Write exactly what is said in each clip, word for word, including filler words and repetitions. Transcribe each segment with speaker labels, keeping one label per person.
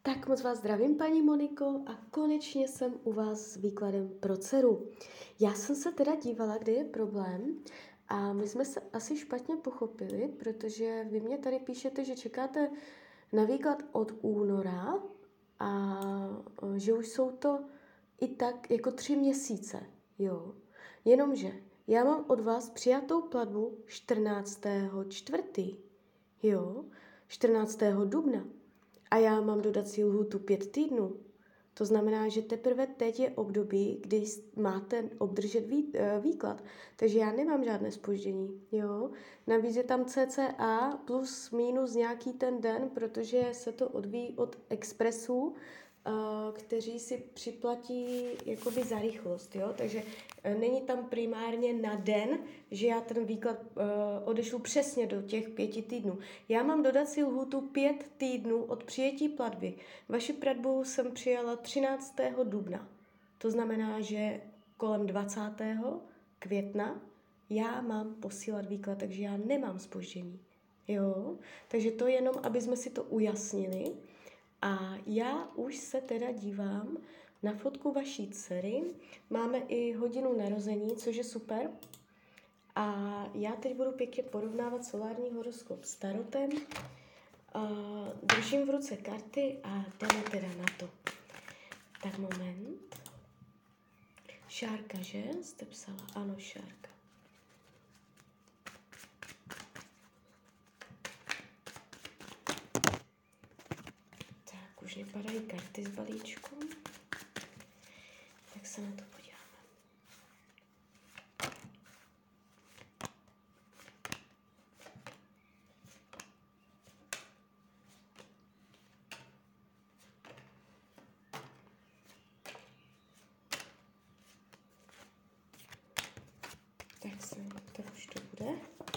Speaker 1: Tak moc vás zdravím, paní Moniko, a konečně jsem u vás s výkladem pro dceru. Já jsem se teda dívala, kde je problém, a my jsme se asi špatně pochopili, protože vy mě tady píšete, že čekáte na výklad od února a e, že už jsou to i tak jako tři měsíce, jo. Jenomže já mám od vás přijatou platbu čtrnáctého čtvrtého jo, čtrnáctého dubna. A já mám dodací lhůtu pět týdnů. To znamená, že teprve teď je období, kdy máte obdržet vý, výklad. Takže já nemám žádné zpoždění. Jo? Navíc je tam cca plus minus nějaký ten den, protože se to odvíjí od expresů, kteří si připlatí jakoby za rychlost. Jo? Takže není tam primárně na den, že já ten výklad uh, odešlu přesně do těch pěti týdnů. Já mám dodací lhůtu pět týdnů od přijetí platby. Vaši platbu jsem přijala třináctého dubna. To znamená, že kolem dvacátého května já mám posílat výklad, takže já nemám zpoždění. Jo? Takže to jenom, aby jsme si to ujasnili. A já už se teda dívám na fotku vaší dcery. Máme i hodinu narození, což je super. A já teď budu pěkně porovnávat solární horoskop s tarotem. A držím v ruce karty a jdeme teda na to. Tak moment. Šárka, že? Jste psala? Ano, šárka. Už mě padají karty z balíčku, tak se na to podíváme. Tak se, tak už to bude.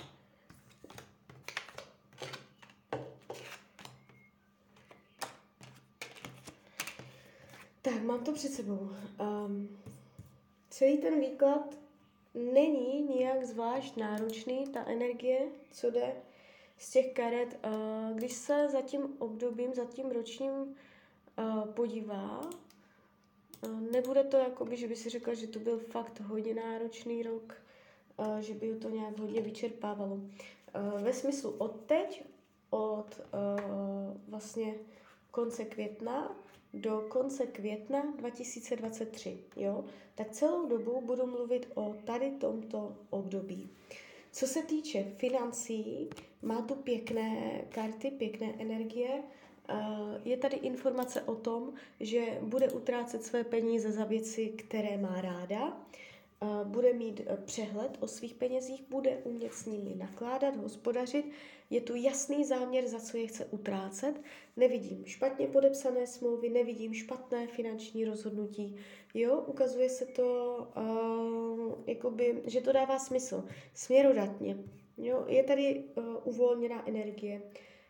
Speaker 1: Tak, mám to před sebou. Um, celý ten výklad není nijak zvlášť náročný, ta energie, co jde z těch karet. Uh, když se za tím obdobím, za tím ročním uh, podívá, uh, nebude to jakoby, že by si řekla, že to byl fakt hodně náročný rok, uh, že by to nějak hodně vyčerpávalo. Uh, ve smyslu od teď, od uh, vlastně konce května, do konce května dva tisíce dvacet tři, jo? Tak celou dobu budu mluvit o tady tomto období. Co se týče financí, má tu pěkné karty, pěkné energie. Je tady informace o tom, že bude utrácet své peníze za věci, které má ráda, bude mít přehled o svých penězích, bude umět s nimi nakládat, hospodařit. Je tu jasný záměr, za co je chce utrácet. Nevidím špatně podepsané smlouvy, nevidím špatné finanční rozhodnutí. Jo, ukazuje se to, uh, jakoby, že to dává smysl. Směrodatně. Jo, je tady uh, uvolněná energie.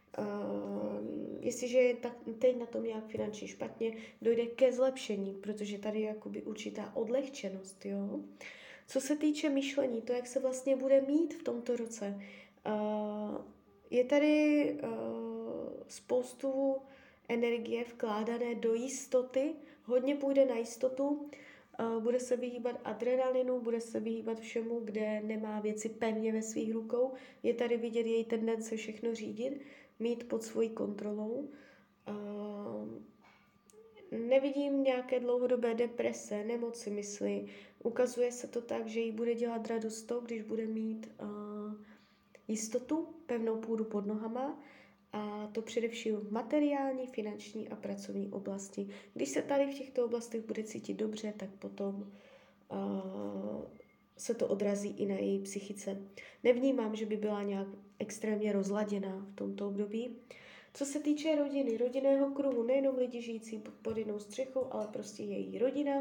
Speaker 1: Uh, jestliže je tak, teď na tom nějak finančně špatně, dojde ke zlepšení, protože tady je jakoby určitá odlehčenost. Jo? Co se týče myšlení, to, jak se vlastně bude mít v tomto roce, uh, je tady uh, spoustu energie vkládané do jistoty, hodně půjde na jistotu, uh, bude se vyhýbat adrenalinu, bude se vyhýbat všemu, kde nemá věci pevně ve svých rukou. Je tady vidět její tendence všechno řídit, mít pod svojí kontrolou. Uh, nevidím nějaké dlouhodobé deprese, nemoci mysli. Ukazuje se to tak, že jí bude dělat radost to, když bude mít uh, jistotu, pevnou půdu pod nohama, a to především v materiální, finanční a pracovní oblasti. Když se tady v těchto oblastech bude cítit dobře, tak potom uh, se to odrazí i na její psychice. Nevnímám, že by byla nějak extrémně rozladěná v tomto období. Co se týče rodiny, rodinného kruhu, nejenom lidi žijící pod jednou střechou, ale prostě její rodina.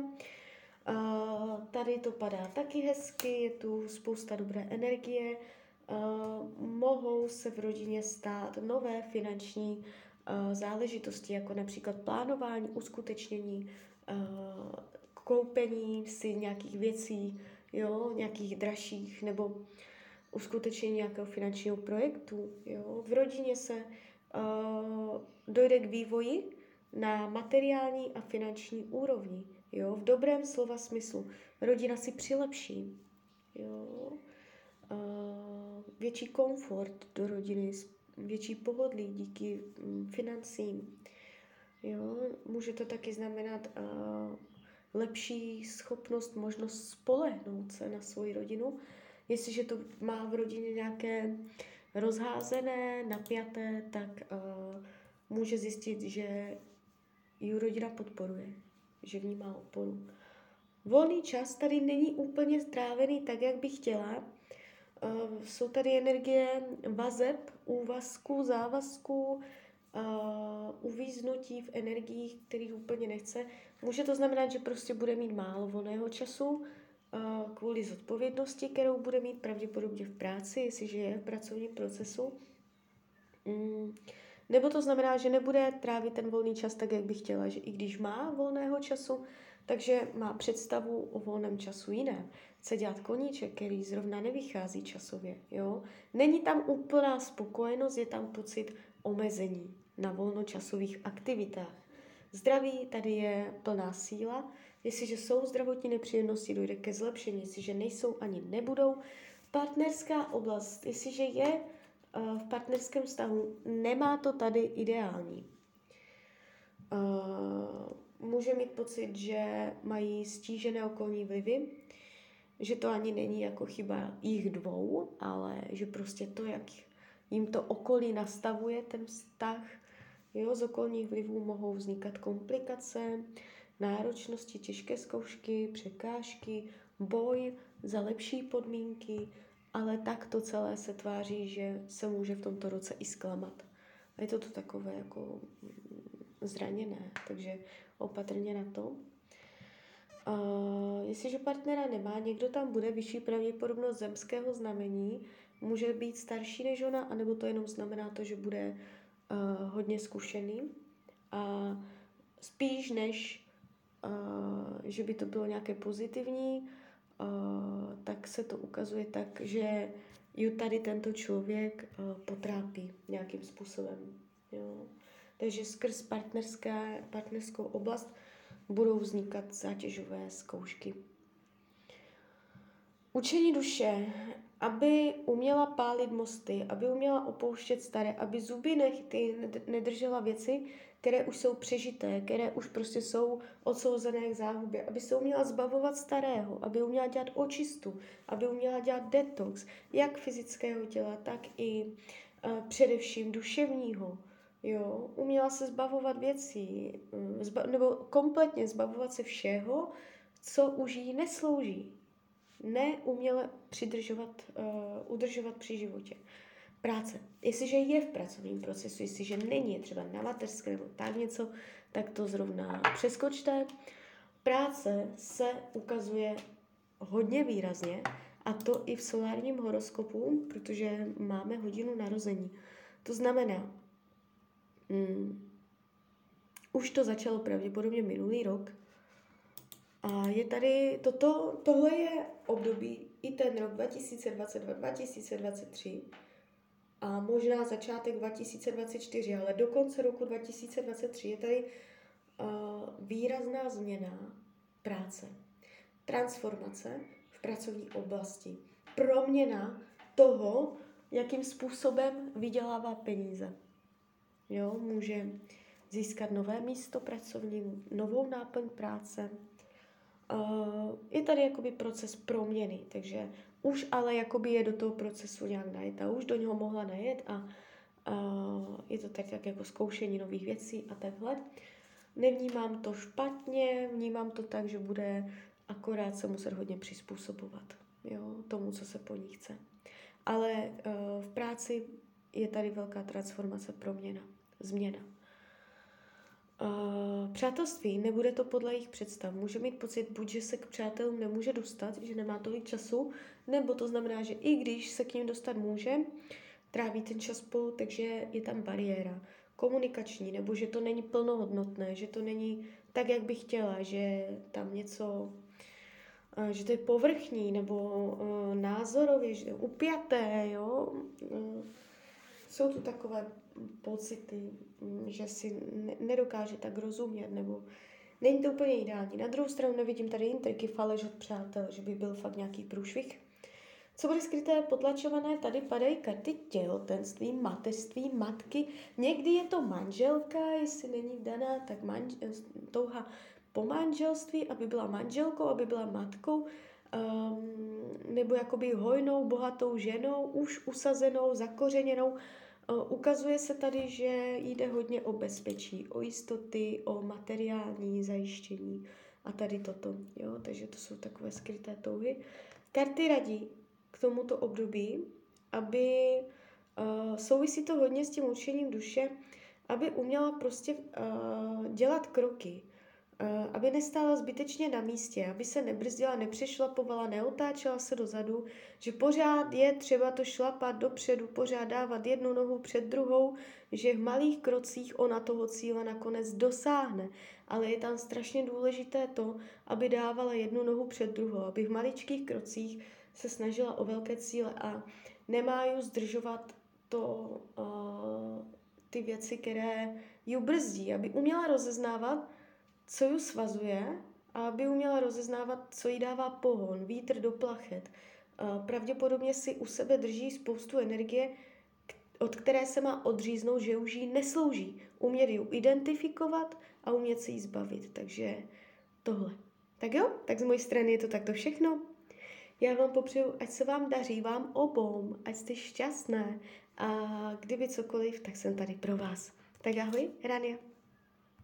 Speaker 1: Uh, tady to padá taky hezky, je tu spousta dobré energie. Uh, mohou se v rodině stát nové finanční uh, záležitosti, jako například plánování, uskutečnění, uh, koupení si nějakých věcí, jo, nějakých dražších, nebo uskutečnění nějakého finančního projektu. Jo. V rodině se uh, dojde k vývoji, na materiální a finanční úrovni, jo, v dobrém slova smyslu. Rodina si přilepší, jo, uh, větší komfort do rodiny, větší pohodlí díky um, financím, jo, může to taky znamenat uh, lepší schopnost, možnost spolehnout se na svoji rodinu, jestliže to má v rodině nějaké rozházené, napjaté, tak uh, může zjistit, že ji rodina podporuje, že v ní má oporu. Volný čas tady není úplně strávený tak, jak bych chtěla. Uh, jsou tady energie vazeb, úvazků, závazků, uh, uvíznutí v energiích, kterých úplně nechce. Může to znamenat, že prostě bude mít málo volného času uh, kvůli zodpovědnosti, kterou bude mít pravděpodobně v práci, jestliže je v pracovním procesu. Mm. Nebo to znamená, že nebude trávit ten volný čas tak, jak by chtěla, že i když má volného času, takže má představu o volném času jiné. Chce dělat koníček, který zrovna nevychází časově. Jo? Není tam úplná spokojenost, je tam pocit omezení na volnočasových aktivitách. Zdraví, tady je plná síla. Jestliže jsou zdravotní nepříjemnosti, dojde ke zlepšení. Jestliže nejsou, ani nebudou. Partnerská oblast, jestliže je v partnerském vztahu, nemá to tady ideální. Může mít pocit, že mají stížené okolní vlivy, že to ani není jako chyba jich dvou, ale že prostě to, jak jim to okolí nastavuje ten vztah, jo, z okolních vlivů mohou vznikat komplikace, náročnosti, těžké zkoušky, překážky, boj za lepší podmínky, ale tak to celé se tváří, že se může v tomto roce i zklamat. A je to to takové jako zraněné, takže opatrně na to. Uh, jestliže partnera nemá, někdo tam bude, vyšší pravděpodobnost zemského znamení, může být starší než ona, anebo to jenom znamená to, že bude uh, hodně zkušený. A spíš než, uh, že by to bylo nějaké pozitivní, uh, tak se to ukazuje tak, že ju tady tento člověk uh, potrápí nějakým způsobem. Jo. Takže skrz partnerská, partnerskou oblast budou vznikat zátěžové zkoušky. Učení duše, aby uměla pálit mosty, aby uměla opouštět staré, aby zuby nechty nedržela věci, které už jsou přežité, které už prostě jsou odsouzené k záhubě, aby se uměla zbavovat starého, aby uměla dělat očistu, aby uměla dělat detox, jak fyzického těla, tak i uh, především duševního. Jo, uměla se zbavovat věcí, zba, nebo kompletně zbavovat se všeho, co už jí neslouží. Neuměle přidržovat, uh, udržovat při životě. Práce. Jestliže je v pracovním procesu, jestliže není, je třeba na mateřské nebo tak něco, tak to zrovna přeskočte. Práce se ukazuje hodně výrazně, a to i v solárním horoskopu, protože máme hodinu narození. To znamená, Hmm. už to začalo pravděpodobně minulý rok. A je tady, toto, tohle je období, i ten rok dva tisíce dvacet dva dva tisíce dvacet tři a možná začátek dva tisíce dvacet čtyři, ale do konce roku dva tisíce dvacet tři je tady uh, výrazná změna práce, transformace v pracovní oblasti, proměna toho, jakým způsobem vydělává peníze. Jo, může získat nové místo pracovní, novou náplň práce. Uh, je tady jakoby proces proměny, takže už ale jakoby je do toho procesu nějak najetá, už do něho mohla najet a uh, je to tak, tak jako zkoušení nových věcí a takhle. Nevnímám to špatně, vnímám to tak, že bude akorát se muset hodně přizpůsobovat, jo, tomu, co se po ní chce. Ale uh, v práci je tady velká transformace, proměna, změna. Uh, přátelství, nebude to podle jejich představ. Může mít pocit, buď, že se k přátelům nemůže dostat, že nemá tolik času, nebo to znamená, že i když se k ním dostat může, tráví ten čas spolu, takže je tam bariéra komunikační, nebo že to není plnohodnotné, že to není tak, jak bych chtěla, že tam něco, uh, že to je povrchní, nebo uh, názorově, že je upjaté, jo. Uh, jsou tu takové pocity, že si nedokáže tak rozumět, nebo není to úplně ideální. Na druhou stranu nevidím tady intriky, faleš od přátel, že by byl fakt nějaký průšvih. Co bude skryté, potlačované, tady padají karty těhotenství, mateřství, matky. Někdy je to manželka, jestli není vdaná, tak manž- touha po manželství, aby byla manželkou, aby byla matkou, um, nebo jakoby hojnou, bohatou ženou, už usazenou, zakořeněnou. Uh, ukazuje se tady, že jde hodně o bezpečí, o jistoty, o materiální zajištění a tady toto. Jo? Takže to jsou takové skryté touhy. Karty radí k tomuto období, aby uh, souvisí to hodně s tím určením duše, aby uměla prostě uh, dělat kroky, uh, aby nestála zbytečně na místě, aby se nebrzdila, nepřešlapovala, neotáčela se dozadu, že pořád je třeba to šlapat dopředu, pořád dávat jednu nohu před druhou, že v malých krocích ona toho cíle nakonec dosáhne. Ale je tam strašně důležité to, aby dávala jednu nohu před druhou, aby v maličkých krocích se snažila o velké cíle a nemá ju zdržovat to, uh, ty věci, které ju brzdí, aby uměla rozeznávat, co ju svazuje a aby uměla rozeznávat, co jí dává pohon, vítr do plachet. Uh, pravděpodobně si u sebe drží spoustu energie, od které se má odříznout, že už jí neslouží. Umět ji identifikovat a umět se jí zbavit. Takže tohle. Tak jo, tak z mojí strany je to takto všechno. Já vám popřeju, ať se vám daří, vám obou, ať jste šťastné a kdyby cokoliv, tak jsem tady pro vás. Tak ahoj, Rania.